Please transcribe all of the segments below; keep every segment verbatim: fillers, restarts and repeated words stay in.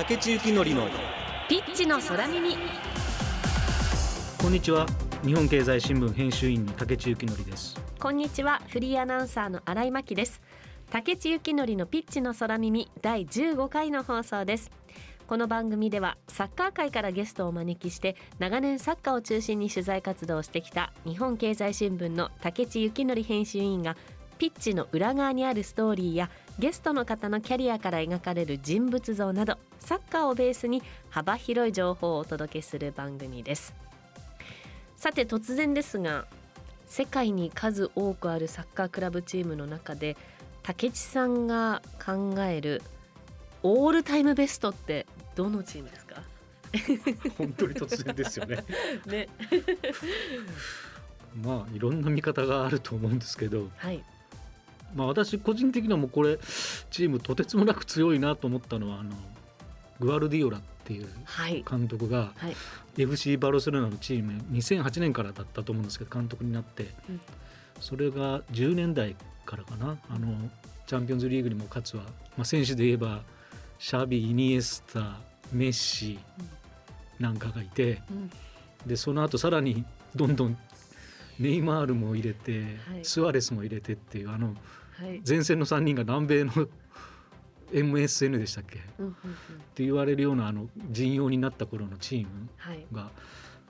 竹地幸典のピッチの空耳。 こんにちは。日本経済新聞編集員の竹地幸典です。 こんにちは。フリーアナウンサーの新井真希です。竹地幸典のピッチの空耳だいじゅうごかいの放送です。この番組ではサッカー界からゲストをお招きして長年サッカーを中心に取材活動をしてきた日本経済新聞の竹地幸典編集員がピッチの裏側にあるストーリーやゲストの方のキャリアから描かれる人物像などサッカーをベースに幅広い情報をお届けする番組です。さて突然ですが、世界に数多くあるサッカークラブチームの中で竹地さんが考えるオールタイムベストってどのチームですか？ 本当に突然ですよね。 ねまあいろんな見方があると思うんですけど、 はい、 まあ、私個人的にはもうこれチームとてつもなく強いなと思ったのはあのグアルディオラっていう監督が、はいはい、エフシー バルセロナのチームにせんはちねんからだったと思うんですけど監督になって、うん、それがじゅうねんだいからかな、あのチャンピオンズリーグにも勝つわ、まあ、選手で言えばシャビ、イニエスタ、メッシなんかがいて、うん、でその後さらにどんどんネイマールも入れて、はい、スアレスも入れてっていうあの、はい、前線のさんにんが南米のエムエスエヌ でしたっけ、うんうんうん、って言われるようなあの陣容になった頃のチームが、はい、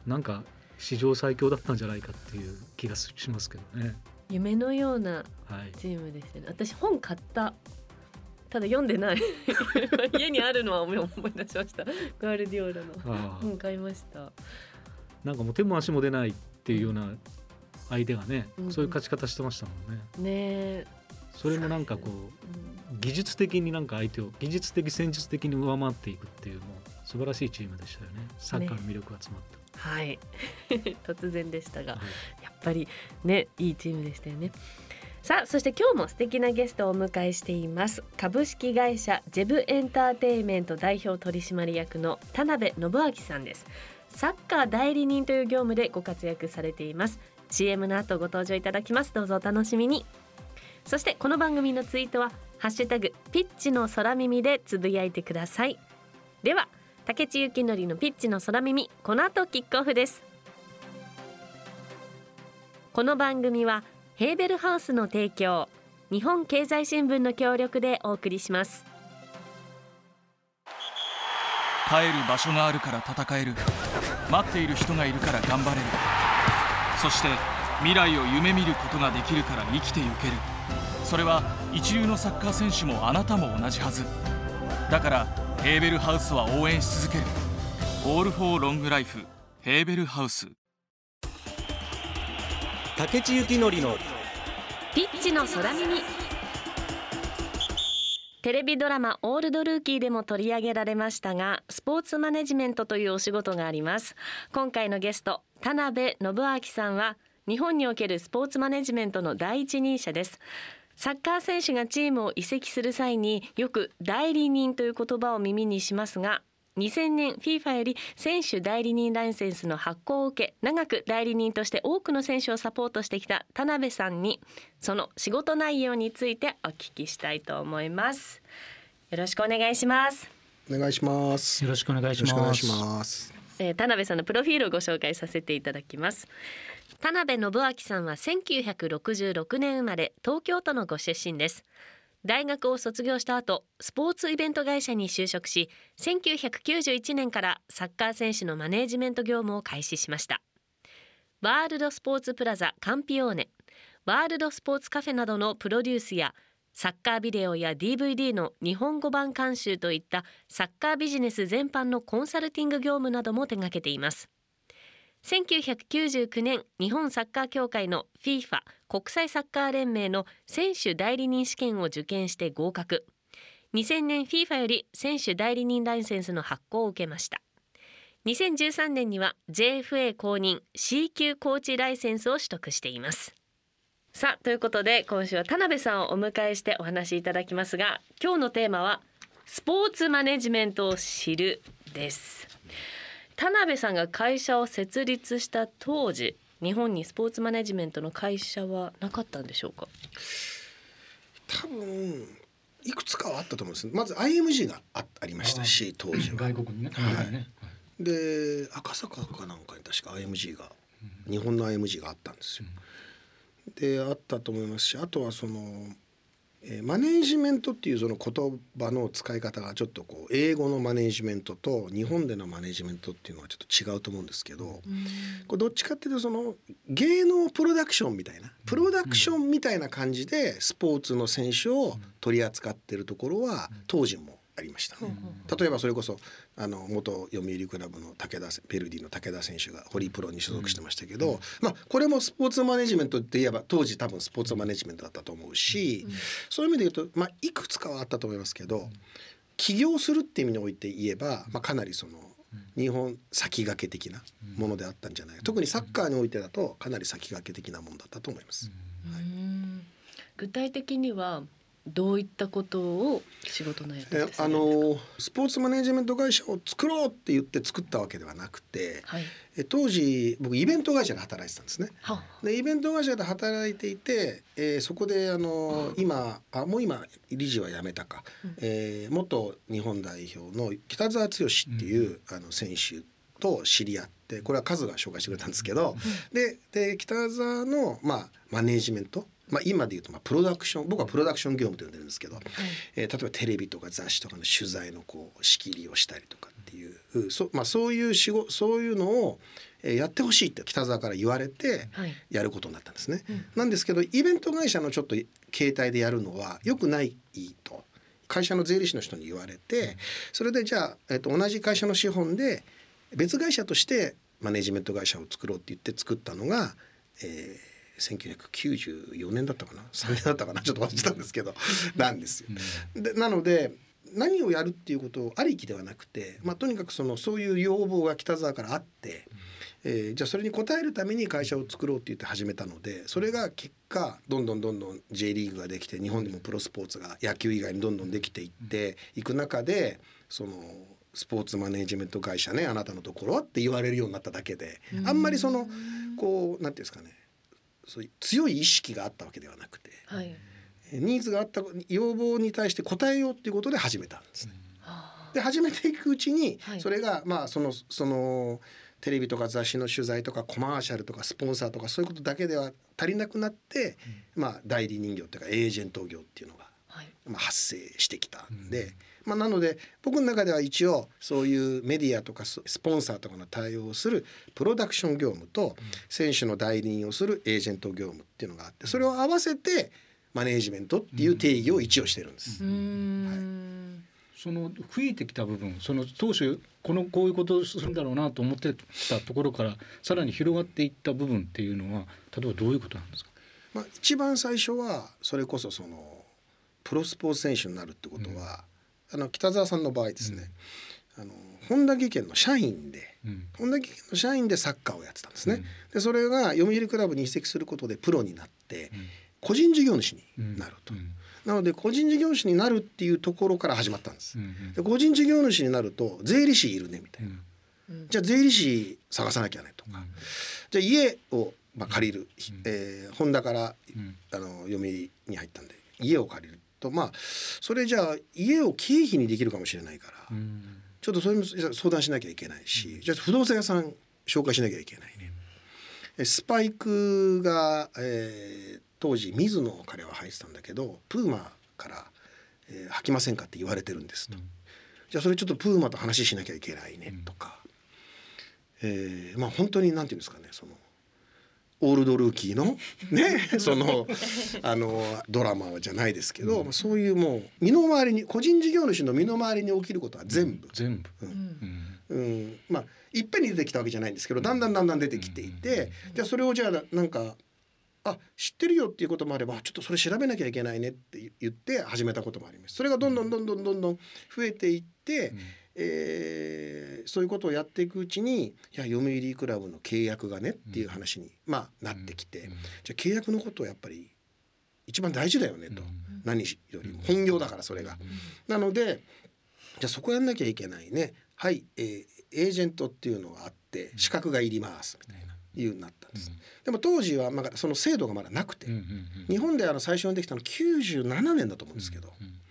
なんか史上最強だったんじゃないかっていう気がしますけどね。夢のようなチームですよね、はい、私本買った、ただ読んでない家にあるのは思い出しました。グアルディオラの本買いました。 なんかもう手も足も出ないっていうような相手がね、うん、そういう勝ち方してましたもんね。ね、それもなんかこう、うん、技術的になんか相手を技術的戦術的に上回っていくっていうもう素晴らしいチームでしたよね。サッカーの魅力が詰まった、ね、 はい突然でしたが、はい、やっぱりねいいチームでしたよね。さあそして今日も素敵なゲストをお迎えしています。株式会社ジェブエンターテインメント代表取締役の田辺信明さんです。サッカー代理人という業務でご活躍されています。 シーエム の後ご登場いただきます。どうぞお楽しみに。そしてこの番組のツイートはハッシュタグピッチの空耳でつぶやいてください。では竹地幸典のピッチの空耳、この後キックオフです。この番組はヘーベルハウスの提供、日本経済新聞の協力でお送りします。 帰る場所があるから戦える、待っている人がいるから頑張れる、そして未来を夢見ることができるから生きてゆける。それは一流のサッカー選手もあなたも同じはずだから、ヘーベルハウスは応援し続ける。オールフォーロングライフ、ヘーベルハウス。 竹地幸典のピッチの空耳。テレビドラマオールドルーキーでも取り上げられましたが、スポーツマネジメントというお仕事があります。今回のゲスト田辺信明さんは日本におけるスポーツマネジメントの第一人者です。サッカー選手がチームを移籍する際によく代理人という言葉を耳にしますが、にせんねん FIFA より選手代理人ライセンスの発行を受け、長く代理人として多くの選手をサポートしてきた田辺さんにその仕事内容についてお聞きしたいと思います。よろしくお願いします。 お願いします。 よろしくお願いします。 よろしくお願いします。 えー、田辺さんのプロフィールをご紹介させていただきます。田辺信明さんはせんきゅうひゃくろくじゅうろくねん生まれ、東京都のご出身です。大学を卒業した後、スポーツイベント会社に就職し、せんきゅうひゃくきゅうじゅういちねんからサッカー選手のマネージメント業務を開始しました。ワールドスポーツプラザカンピオーネ、ワールドスポーツカフェなどのプロデュースやサッカービデオや ディーブイディー の日本語版監修といったサッカービジネス全般のコンサルティング業務なども手掛けています。せんきゅうひゃくきゅうじゅうきゅうねん、日本サッカー協会の FIFA 国際サッカー連盟の選手代理人試験を受験して合格。にせんねん FIFA より選手代理人ライセンスの発行を受けました。にせんじゅうさんねんには ジェイエフエー 公認 シー 級コーチライセンスを取得しています。さあということで今週は田辺さんをお迎えしてお話しいただきますが、今日のテーマはスポーツマネジメントを知るです。田辺さんが会社を設立した当時、日本にスポーツマネジメントの会社はなかったんでしょうか？ 多分いくつかはあったと思うんです。まず アイエムジー が あ, ありましたし当時は外国にね、 はいね、 で赤坂かなんかに確か アイエムジー が、うん、日本の アイエムジー があったんですよ、うん、であったと思いますし、あとはその、えー、マネージメントっていうその言葉の使い方がちょっとこう英語のマネージメントと日本でのマネージメントっていうのはちょっと違うと思うんですけど、うん、これどっちかっていうとその芸能プロダクションみたいなプロダクションみたいな感じでスポーツの選手を取り扱ってるところは当時もありましたね。例えばそれこそあの元読売クラブの武田ペルディの武田選手がホリプロに所属してましたけど、うん、まあこれもスポーツマネジメントって言えば当時多分スポーツマネジメントだったと思うし、うん、そういう意味で言うと、まあ、いくつかはあったと思いますけど、うん、起業するっていう意味において言えば、まあ、かなりその日本先駆け的なものであったんじゃない、うん、特にサッカーにおいてだとかなり先駆け的なものだったと思います、 うんはい、具体的にはどういったことを仕事のやつですか？ あのスポーツマネジメント会社を作ろうって言って作ったわけではなくて、はい、え当時僕イベント会社で働いてたんですね。でイベント会社で働いていて、えー、そこであの今あもう今理事は辞めたか、うんえー、元日本代表の北澤剛っていう、うん、あの選手と知り合って、これはカズが紹介してくれたんですけど、うん、で, で北澤の、まあ、マネジメントまあ、今でいうとまあプロダクション僕はプロダクション業務と呼んでるんですけど、はいえー、例えばテレビとか雑誌とかの取材のこう仕切りをしたりとかっていう、そまあ、そういう仕事そういうのをやってほしいって北澤から言われてやることになったんですね、はいうん、なんですけどイベント会社のちょっと形態でやるのは良くないと会社の税理士の人に言われて、それでじゃあ、えー、と同じ会社の資本で別会社としてマネジメント会社を作ろうって言って作ったのが、えーせんきゅうひゃくきゅうじゅうよねんだったかなさんねんだったかなちょっと忘れたんですけどなんですよ。でなので何をやるっていうことありきではなくて、まあ、とにかくそのそういう要望が北澤からあって、えー、じゃあそれに応えるために会社を作ろうって言って始めたので、それが結果どんどんどんどん J リーグができて日本でもプロスポーツが野球以外にどんどんできていっていく中で、そのスポーツマネジメント会社ねあなたのところはって言われるようになっただけで、あんまりそのこうなんていうんですかねそういう強い意識があったわけではなくて、はい、ニーズがあった要望に対して応えようっていうことで始めたんですね、うん、で始めていくうちに、はい、それがまあそのそのテレビとか雑誌の取材とかコマーシャルとかスポンサーとかそういうことだけでは足りなくなって、うんまあ、代理人業というかエージェント業っていうのが、はいまあ、発生してきたんで、うんまあ、なので僕の中では一応そういうメディアとかスポンサーとかの対応をするプロダクション業務と選手の代理人をするエージェント業務っていうのがあって、それを合わせてマネージメントっていう定義を一応してるんです。 うんはい、その増えてきた部分、その当初このこういうことをするんだろうなと思ってたところからさらに広がっていった部分っていうのは例えばどういうことなんですか？ まあ、一番最初はそれこそそのプロスポーツ選手になるってことは、うん、あの北澤さんの場合ですね、うん、あの本田技研の社員で、うん、本田技研の社員でサッカーをやってたんですね、うん、でそれが読売クラブに移籍することでプロになって、うん、個人事業主になると、うんうんなので個人事業主になるっていうところから始まったんです、うんうん、で個人事業主になると税理士いるねみたいな、うん、じゃあ税理士探さなきゃねとか、うん、じゃあ家を、まあ、借りる、うんえー、ホンダから、うん、あの読売に入ったんで家を借りると、まあそれじゃあ家を経費にできるかもしれないから、うん、ちょっとそれも相談しなきゃいけないし、うん、じゃあ不動産屋さん紹介しなきゃいけないね、うん、スパイクが、えー当時水野彼は履いてたんだけどプーマから、えー、履きませんかって言われてるんですと、うん、じゃあそれちょっとプーマと話しなきゃいけないねとか、うんえー、まあ本当になんていうんですかねそのオールドルーキーのねそのあのドラマじゃないですけど、うん、そういうもう身の回りに個人事業主の身の回りに起きることは全部、 うん、全部、 うんうん、まあいっぺんに出てきたわけじゃないんですけどだんだんだんだん出てきていて、じゃあそれをじゃあなんかあ知ってるよっていうこともあればちょっとそれ調べなきゃいけないねって言って始めたこともあります。それがどんどんどんどんどんどん増えていって、うんえー、そういうことをやっていくうちにいや読売クラブの契約がねっていう話に、うんまあ、なってきて、うん、じゃあ契約のことはやっぱり一番大事だよねと、うん、何よりも本業だからそれが、うん、なのでじゃあそこやんなきゃいけないねはい、えー、エージェントっていうのがあって資格がいりますみたいないうになったんです、うん、でも当時はまだその制度がまだなくて、うんうんうん、日本であの最初にできたのきゅうじゅうななねんだと思うんですけど、うんうん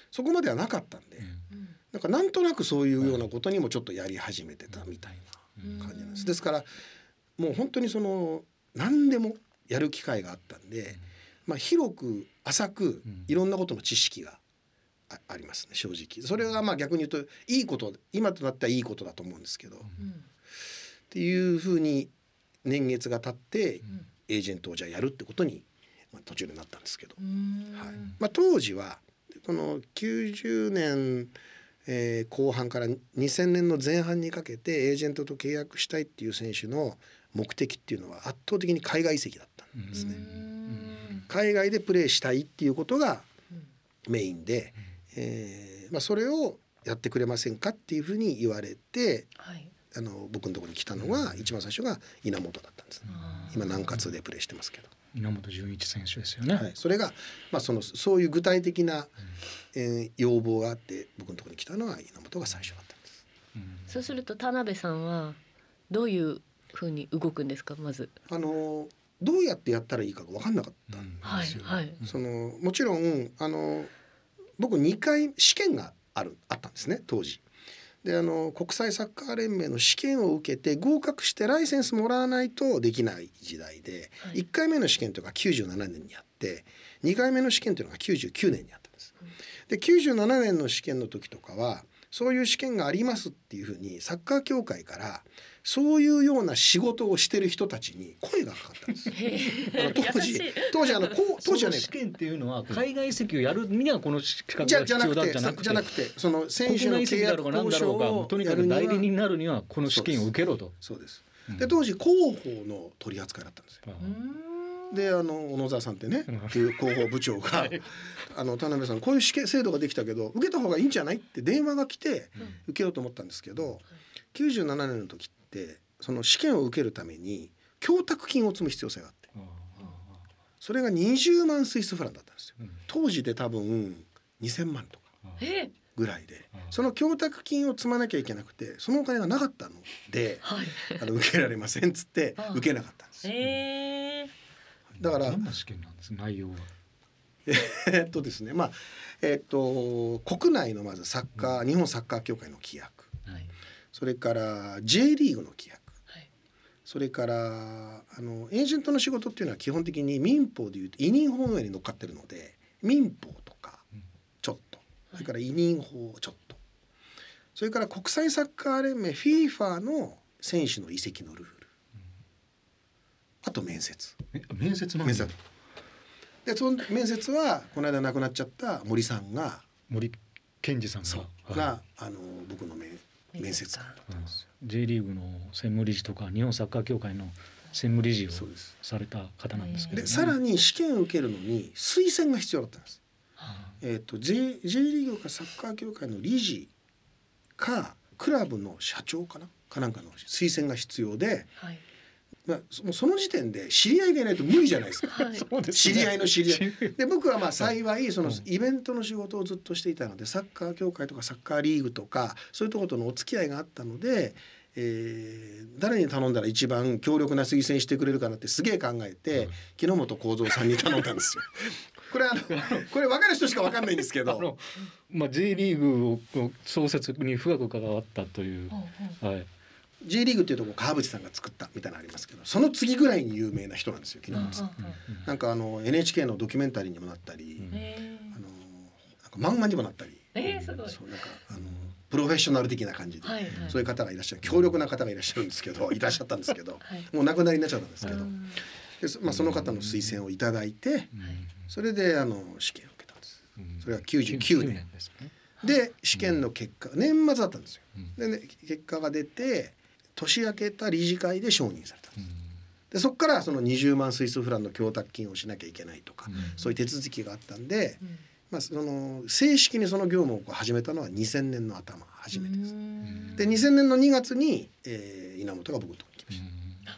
そこまではなかったんで、うん、なんかなんとなくそういうようなことにもちょっとやり始めてたみたいな感じなんです。ですからもう本当にその何でもやる機会があったんで、まあ、広く浅くいろんなことの知識が あ, ありますね正直。それがまあ逆に言うといいこと今となったらいいことだと思うんですけど、うん、っていうふうに年月が経って、うん、エージェントをじゃあやるってことに、まあ、途中でなったんですけど、はいまあ、当時はこのきゅうじゅうねん、えー、後半からにせんねんの前半にかけてエージェントと契約したいっていう選手の目的っていうのは圧倒的に海外移籍だったんですね。海外でプレーしたいっていうことがメインで、えーまあ、それをやってくれませんかっていうふうに言われて、はい、あの僕のところに来たのが一番最初が稲本だったんです。今南葛でプレーしてますけど稲本純一選手ですよね、はい、 それが、まあ、そのそういう具体的な、えー、要望があって僕のところに来たのは稲本が最初だったんです、 うん、そうすると田辺さんはどういうふうに動くんですか。まずあのどうやってやったらいいかが分かんなかったんですよ、はいはい、そのもちろんあの僕にかい試験があるあったんですね当時で。あの国際サッカー連盟の試験を受けて合格してライセンスもらわないとできない時代で、はい、いっかいめの試験というのがきゅうじゅうななねんにあってにかいめの試験というのがきゅうじゅうきゅうねんにあったんです。できゅうじゅうななねんの試験の時とかはそういう試験がありますっていうふうにサッカー協会からそういうような仕事をしてる人たちに声がかかったんです当時当時あのこう当時はね試験っていうのは海外移籍をやるにはこの資格が必要だじゃなくてじゃなくてその選手の契約交渉をとにかく代理人になるにはこの試験を受けろと。 そうです。で当時広報の取り扱いだったんですよ。であの小野沢さんってね広報部長があの田辺さんこういう試験制度ができたけど受けた方がいいんじゃないって電話が来て受けようと思ったんですけど、きゅうじゅうななねんの時ってその試験を受けるために供託金を積む必要性があってそれがにじゅうまんスイスフランだったんですよ。当時で多分にせんまんとかぐらいでその供託金を積まなきゃいけなくてそのお金がなかったので、はい、あの受けられませんっつって受けなかったんです。 えーだからどんな試験なんです内容は。 えっとですねまあえっと国内のまずサッカー、うん、日本サッカー協会の規約、はい、それから J リーグの規約、はい、それからあのエージェントの仕事っていうのは基本的に民法でいうと委任法の上に乗っかってるので民法とかちょっと、それから委任法ちょっと、それから国際サッカー連盟 フィーファ の選手の移籍のルール、あと面接。 え面接なんですか。 でその面接はこの間亡くなっちゃった森さんが森健二さんがが、はい、あの僕の面面接官だったんですよ、 うん、J リーグの専務理事とか日本サッカー協会の専務理事をされた方なんですけど、ね、 でさらに試験を受けるのに推薦が必要だったんです、うんえー、と J, J リーグかサッカー協会の理事かクラブの社長かなかなんかの推薦が必要で、はいまあ、もうその時点で知り合いがいないと無理じゃないですか、はい、知り合いの知り合いで僕はまあ幸いそのイベントの仕事をずっとしていたのでサッカー協会とかサッカーリーグとかそういうところとのお付き合いがあったので、えー、誰に頼んだら一番強力な推薦してくれるかなってすげえ考えて、うん、木本幸三さんに頼んだんですよこれあのこれ分かる人しか分かんないんですけどあの、 まあ、J リーグを創設に深く関わったという、はい、 J リーグっていうとこ川淵さんが作ったみたいなのありますけどその次ぐらいに有名な人なんですよ木本さん、うんうん、なんかあの エヌエイチケー のドキュメンタリーにもなったり、うん、あのなんか漫画にもなったり、 えー、すごいそうなんかあのプロフェッショナル的な感じで、はいはい、そういう方がいらっしゃる強力な方がいらっしゃるんですけどいらっしゃったんですけど、はい、もう亡くなりになっちゃったんですけど、でまあ、その方の推薦をいただいてそれであの試験を受けたんです。それはきゅうじゅうきゅうねんですね。で試験の結果年末だったんですよ。で、ね、結果が出て年明けた理事会で承認されたんです。でそこからそのにじゅうまんスイスフランの供託金をしなきゃいけないとか、うん、そういう手続きがあったんで、うんまあ、その正式にその業務を始めたのはにせんねんの頭初めてです。でにせんねんのにがつに、えー、稲本が僕のところに来ました。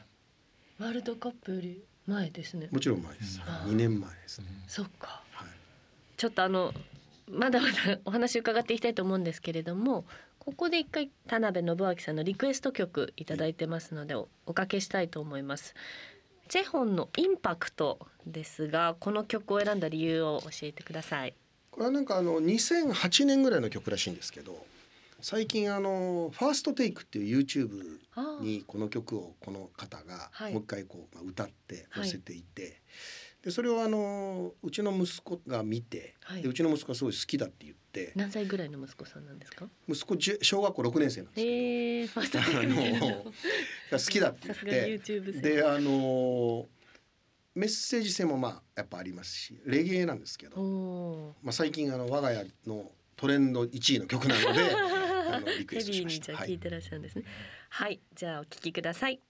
ワールドカップより前ですね。 もちろん前です。にねんまえですね。 そっか、はい、ちょっとあのまだまだお話伺っていきたいと思うんですけれども、ここで一回田辺信明さんのリクエスト曲いただいてますので お, おかけしたいと思います。チェホンのインパクトですが、この曲を選んだ理由を教えてください。 ここれはなんかあのにせんはちねんぐらいの曲らしいんですけど、最近あのファーストテイクっていう YouTube にこの曲をこの方がもう一回こう歌って載せていて、はい、でそれをあのうちの息子が見て、はい、でうちの息子がすごい好きだって言って。 何歳ぐらいの息子さんなんですか？ 息子小学校ろくねん生なんですけど、 えー、ファーストテイクの好きだって言ってであのメッセージ性もまあやっぱありますしレゲエなんですけど、まあ、最近あの我が家のトレンドいちいの曲なのであのリクエストしました。 ヘビーにじゃあ聴いてらっしゃるんですね。はい、はい、じゃあお聴きください。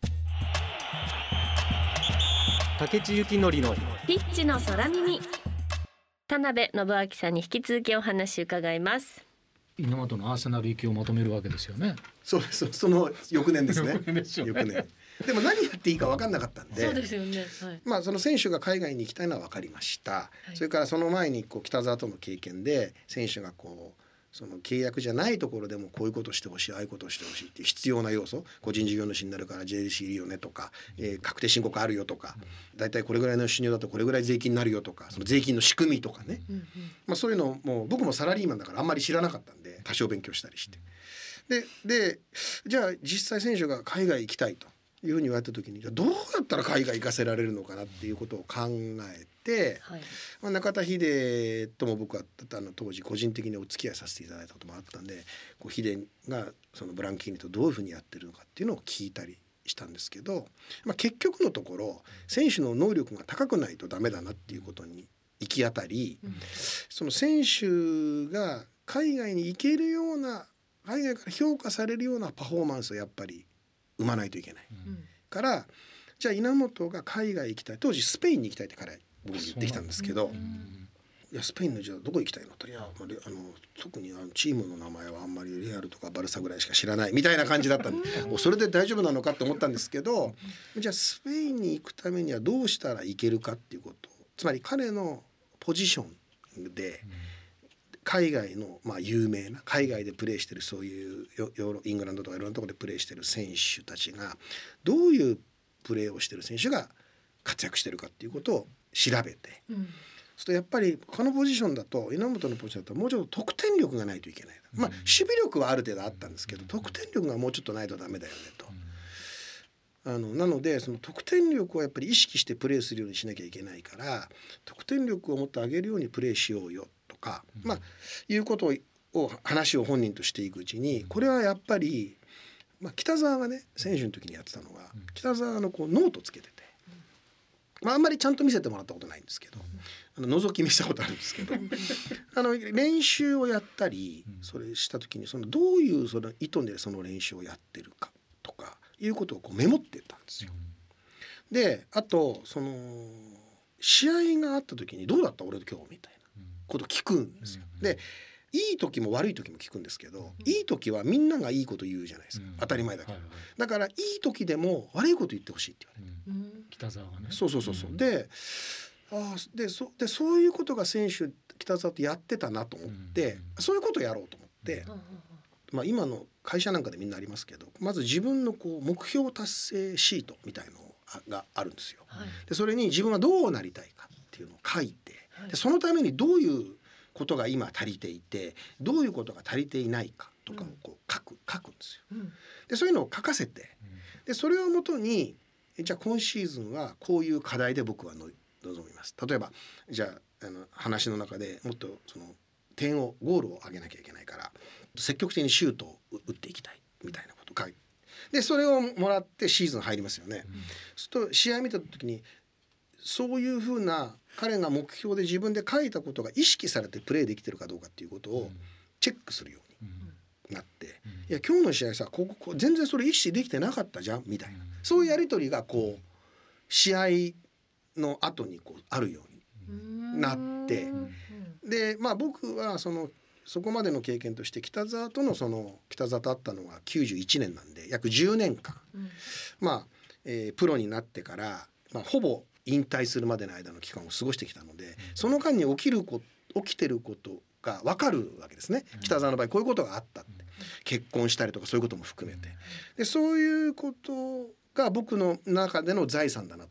竹地幸典のピッチの空耳。田辺信明さんに引き続きお話伺います。 稲本のアーセナル行きをまとめるわけですよね。 そうです。その翌年ですね。 翌年で、ね、 翌年でも何やっていいか分かんなかったんで。 そうですよね、はい、 まあその選手が海外に行きたいのは分かりました、はい、それからその前にこう北澤との経験で選手がこうその契約じゃないところでもこういうことをしてほしいああいうことをしてほしいっていう必要な要素、個人事業主になるから ジェーエルシー いるよねとか、えー、確定申告あるよとか、だいたいこれぐらいの収入だとこれぐらい税金になるよとか、その税金の仕組みとかね、うんうん、まあ、そういうのも僕もサラリーマンだからあんまり知らなかったんで多少勉強したりして、ででじゃあ実際選手が海外行きたいというふうに言われた時に、じゃあどうやったら海外行かせられるのかなっていうことを考えて、はい、まあ、中田秀とも僕はあの当時個人的にお付き合いさせていただいたこともあったんで、こう秀がそのブランキーニとどういうふうにやってるのかっていうのを聞いたりしたんですけど、まあ、結局のところ選手の能力が高くないとダメだなっていうことに行き当たり、うん、その選手が海外に行けるような、海外から評価されるようなパフォーマンスをやっぱり生まないといけない、うん、からじゃあ稲本が海外行きたい、当時スペインに行きたいって彼僕に言ってきたんですけど、いやスペインのじゃあどこ行きたいのって言ったら、いやあの特にあのチームの名前はあんまりレアルとかバルサぐらいしか知らないみたいな感じだったんでもうそれで大丈夫なのかと思ったんですけど、じゃあスペインに行くためにはどうしたらいけるかっていうこと、つまり彼のポジションで海外のまあ有名な海外でプレーしてるそういうヨーロイングランドとかいろんなところでプレーしてる選手たちがどういうプレーをしてる選手が活躍してるかっていうことを調べて、うん、そうするとやっぱりこのポジションだと稲本のポジションだともうちょっと得点力がないといけない、まあ守備力はある程度あったんですけど得点力がもうちょっとないとダメだよねと、あのなのでその得点力をやっぱり意識してプレーするようにしなきゃいけないから、得点力をもっと上げるようにプレーしようよとか、まあいうことを話を本人としていくうちに、これはやっぱり、まあ、北澤がね選手の時にやってたのが、北澤のこうノートつけてて、まあ、あんまりちゃんと見せてもらったことないんですけど、あの覗き見したことあるんですけどあの練習をやったりそれした時にそのどういうその意図でその練習をやってるかとかいうことをこうメモってたんですよ。であとその試合があった時にどうだった俺と今日みたいなことを聞くんですよ。でいい時も悪い時も聞くんですけど、いい時はみんながいいこと言うじゃないですか、当たり前だけど、はいはい、だからいい時でも悪いこと言ってほしいって言われて、 うん、北澤がねそうそうそうそう、うん、であで そ, でそういうことが選手北澤ってやってたなと思って、うん、そういうことをやろうと思って、うん、まあ、今の会社なんかでみんなありますけど、まず自分のこう目標達成シートみたいのがあるんですよ、はい、でそれに自分はどうなりたいかっていうのを書いて、はい、でそのためにどういうことが今足りていてどういうことが足りていないかとかをこう書く、書くんですよ、うん、でそういうのを書かせて、でそれをもとにじゃあ今シーズンはこういう課題で僕はの望みます。例えばじゃあ、あの話の中でもっとその点をゴールを上げなきゃいけないから積極的にシュートを打っていきたいみたいなことを書いて、でそれをもらってシーズン入りますよね、うん、そうすると試合見た時にそういうふうな彼が目標で自分で書いたことが意識されてプレーできてるかどうかっていうことをチェックするようになって、いや今日の試合さこここ全然それ意識できてなかったじゃんみたいな、そういうやり取りがこう試合の後にこうあるようになって、でまあ僕はそのそこまでの経験として北澤とのその北澤と会ったのがきゅうじゅういちねんなんで約じゅうねんかん、うん、まあ、えー、プロになってから、まあ、ほぼ引退するまでの間の期間を過ごしてきたので、うん、その間に起きるこ起きてることが分かるわけですね、うん、北澤の場合こういうことがあったって、うん、結婚したりとかそういうことも含めて、でそういうことが僕の中での財産だなと思ったの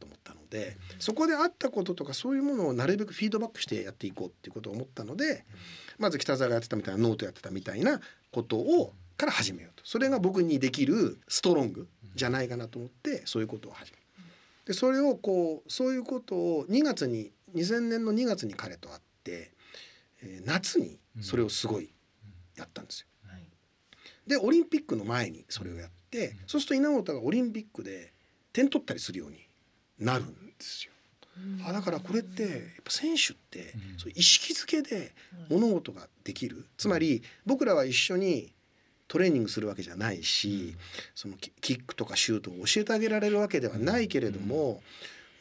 で、そこであったこととかそういうものをなるべくフィードバックしてやっていこうっていうことを思ったので、まず北澤がやってたみたいなノートやってたみたいなことをから始めようと。それが僕にできるストロングじゃないかなと思ってそういうことを始める。でそれをこうそういうことをにがつににせんねんのにがつに彼と会って、えー、夏にそれをすごいやったんですよ。でオリンピックの前にそれをやって、そうすると稲本がオリンピックで点取ったりするようになるんですよ。あだからこれってやっぱ選手ってそういう意識づけで物事ができる。つまり僕らは一緒にトレーニングするわけじゃないし、そのキックとかシュートを教えてあげられるわけではないけれども、うん、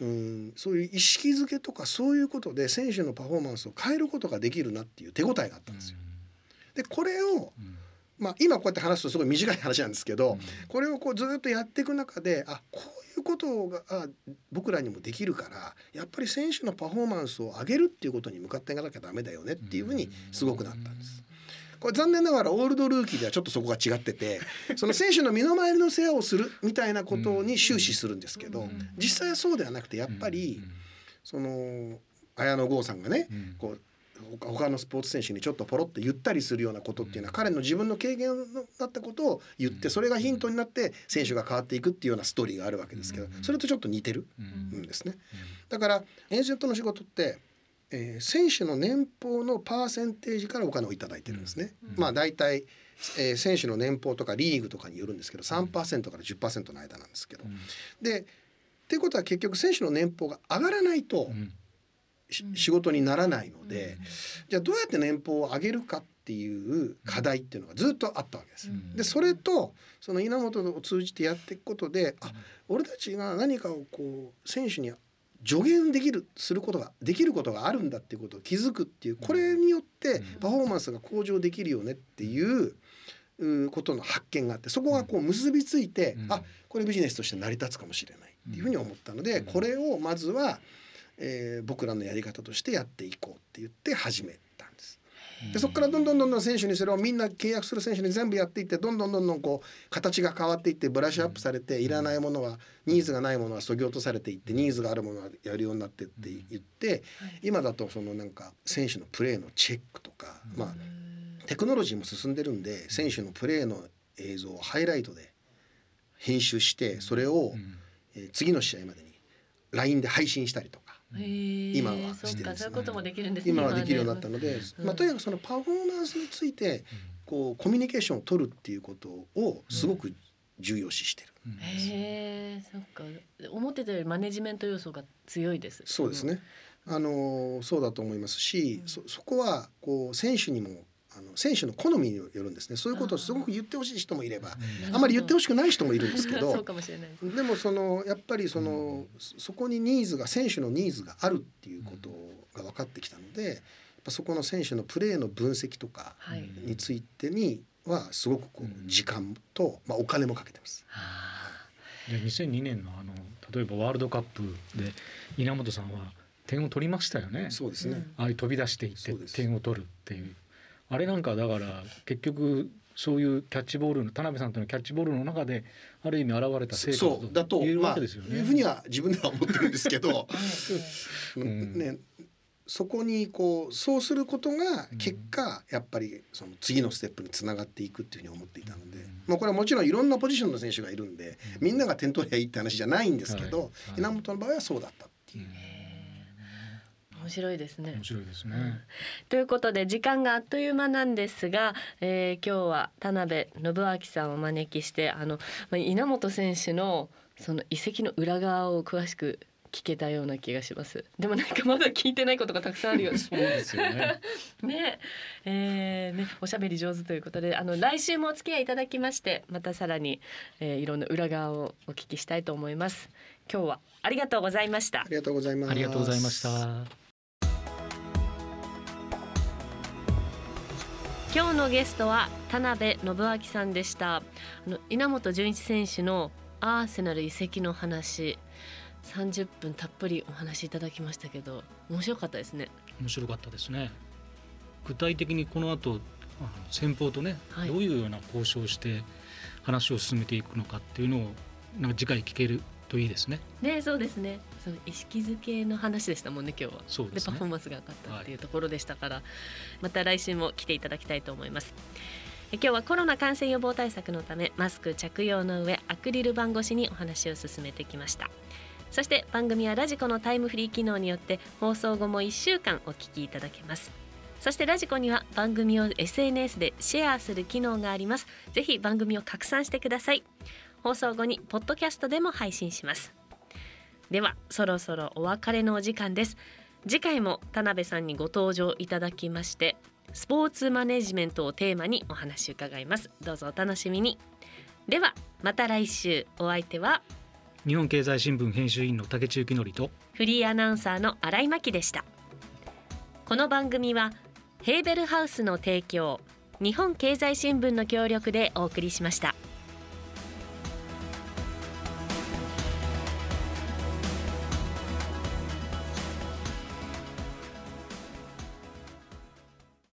そういう意識づけとかそういうことで選手のパフォーマンスを変えることができるなっていう手応えがあったんですよ。でこれをまあ、今こうやって話すとすごい短い話なんですけど、うん、これをこうずっとやっていく中であこういうことがあ僕らにもできるからやっぱり選手のパフォーマンスを上げるっていうことに向かっていかなきゃダメだよねっていうふうにすごくなったんです。これ残念ながらオールドルーキーではちょっとそこが違っててその選手の身の回りの世話をするみたいなことに終始するんですけど、実際はそうではなくてやっぱりその綾野剛さんがねこう他のスポーツ選手にちょっとポロッと言ったりするようなことっていうのは彼の自分の経験だったことを言ってそれがヒントになって選手が変わっていくっていうようなストーリーがあるわけですけど、それとちょっと似てるんですね。だからエージェントの仕事って、えー、選手の年俸のパーセンテージからお金をいただいてるんですね。まあ大体、えー、選手の年俸とかリーグとかによるんですけど さんパーセント から じゅっパーセント の間なんですけど、でっていうことは結局選手の年俸が上がらないと、仕事にならないので、うん、じゃあどうやって年俸を上げるかっていう課題っていうのがずっとあったわけです。うん、でそれとその稲本を通じてやっていくことで、あ俺たちが何かをこう選手に助言できるすることができることがあるんだっていうことを気づくっていう、これによってパフォーマンスが向上できるよねっていうことの発見があって、そこがこう結びついて、うん、あこれビジネスとして成り立つかもしれないっていうふうに思ったので、これをまずはえー、僕らのやり方としてやっていこうって言って始めたんです。でそこからどんどんどんどん選手にそれをみんな契約する選手に全部やっていって、どんどんどんどんこう形が変わっていってブラッシュアップされて、いらないものはニーズがないものは削ぎ落とされていって、ニーズがあるものはやるようになってって言って、今だとそのなんか選手のプレーのチェックとか、まあテクノロジーも進んでるんで、選手のプレーの映像をハイライトで編集してそれを、えー、次の試合までに ライン で配信したりとか今はしてるんですね。 そういうこともできるんですね。 今はできるようになったので、うんまあ、とにかくそのパフォーマンスについてこうコミュニケーションを取るっていうことをすごく重要視してる、 うん、へえ、そっか。思ってたよりマネジメント要素が強いです。 そうですね。あのそうだと思いますし、うん、そ, そこはこう選手にもあの選手の好みによるんですね。そういうことをすごく言ってほしい人もいれば、 あ, あまり言ってほしくない人もいるんですけどそうかもしれないです。 でもそのやっぱりその、うん、そこにニーズが選手のニーズがあるっていうことが分かってきたので、やっぱそこの選手のプレーの分析とかについてにはすごくこう時間と、まあ、お金もかけてます。 でにせんにねんのあの例えばワールドカップで稲本さんは点を取りましたよね。 そうですね。 ああいう飛び出していって点を取るっていう、あれなんかだから結局そういうキャッチボールの田辺さんとのキャッチボールの中である意味現れた成果だというわけですよね。 そうだと、まあ、いうふうには自分では思ってるんですけど、うんね、そこにこうそうすることが結果やっぱりその次のステップにつながっていくっていうふうに思っていたので、まあ、これはもちろんいろんなポジションの選手がいるんでみんなが点取りゃいいって話じゃないんですけど、稲本の場合はそうだったっていう。 面白いですね。 面白いですね。 ということで時間があっという間なんですが、えー、今日は田辺信明さんをお招きしてあの稲本選手のその移籍の裏側を詳しく聞けたような気がします。でもなんかまだ聞いてないことがたくさんあるよね。 そうですよね。 ね、えー、ね、おしゃべり上手ということであの来週もお付き合いいただきましてまたさらに、えー、いろんな裏側をお聞きしたいと思います。今日はありがとうございました。 ありがとうございます。 ありがとうございました。 今日のゲストは田辺信明さんでした。あの稲本潤一選手のアーセナル移籍の話さんじゅっぷんたっぷりお話しいただきましたけど面白かったですね。 面白かったですね。具体的にこの後先方とね、はい、どういうような交渉をして話を進めていくのかっていうのをなんか次回聞けるといいですね。 ね、そうですね。 その意識づけの話でしたもんね今日は。 そうですね、 でパフォーマンスが上がったっていうところでしたから、はい、また来週も来ていただきたいと思います。今日はコロナ感染予防対策のためマスク着用の上アクリル板越しにお話を進めてきました。そして番組はラジコのタイムフリー機能によって放送後もいっしゅうかんお聞きいただけます。そしてラジコには番組を エスエヌエス でシェアする機能があります。ぜひ番組を拡散してください。放送後にポッドキャストでも配信します。ではそろそろお別れのお時間です。次回も田辺さんにご登場いただきましてスポーツマネジメントをテーマにお話を伺います。どうぞお楽しみに。ではまた来週。お相手は日本経済新聞編集員の竹地幸典とフリーアナウンサーの新井真希でした。この番組はヘーベルハウスの提供、日本経済新聞の協力でお送りしました。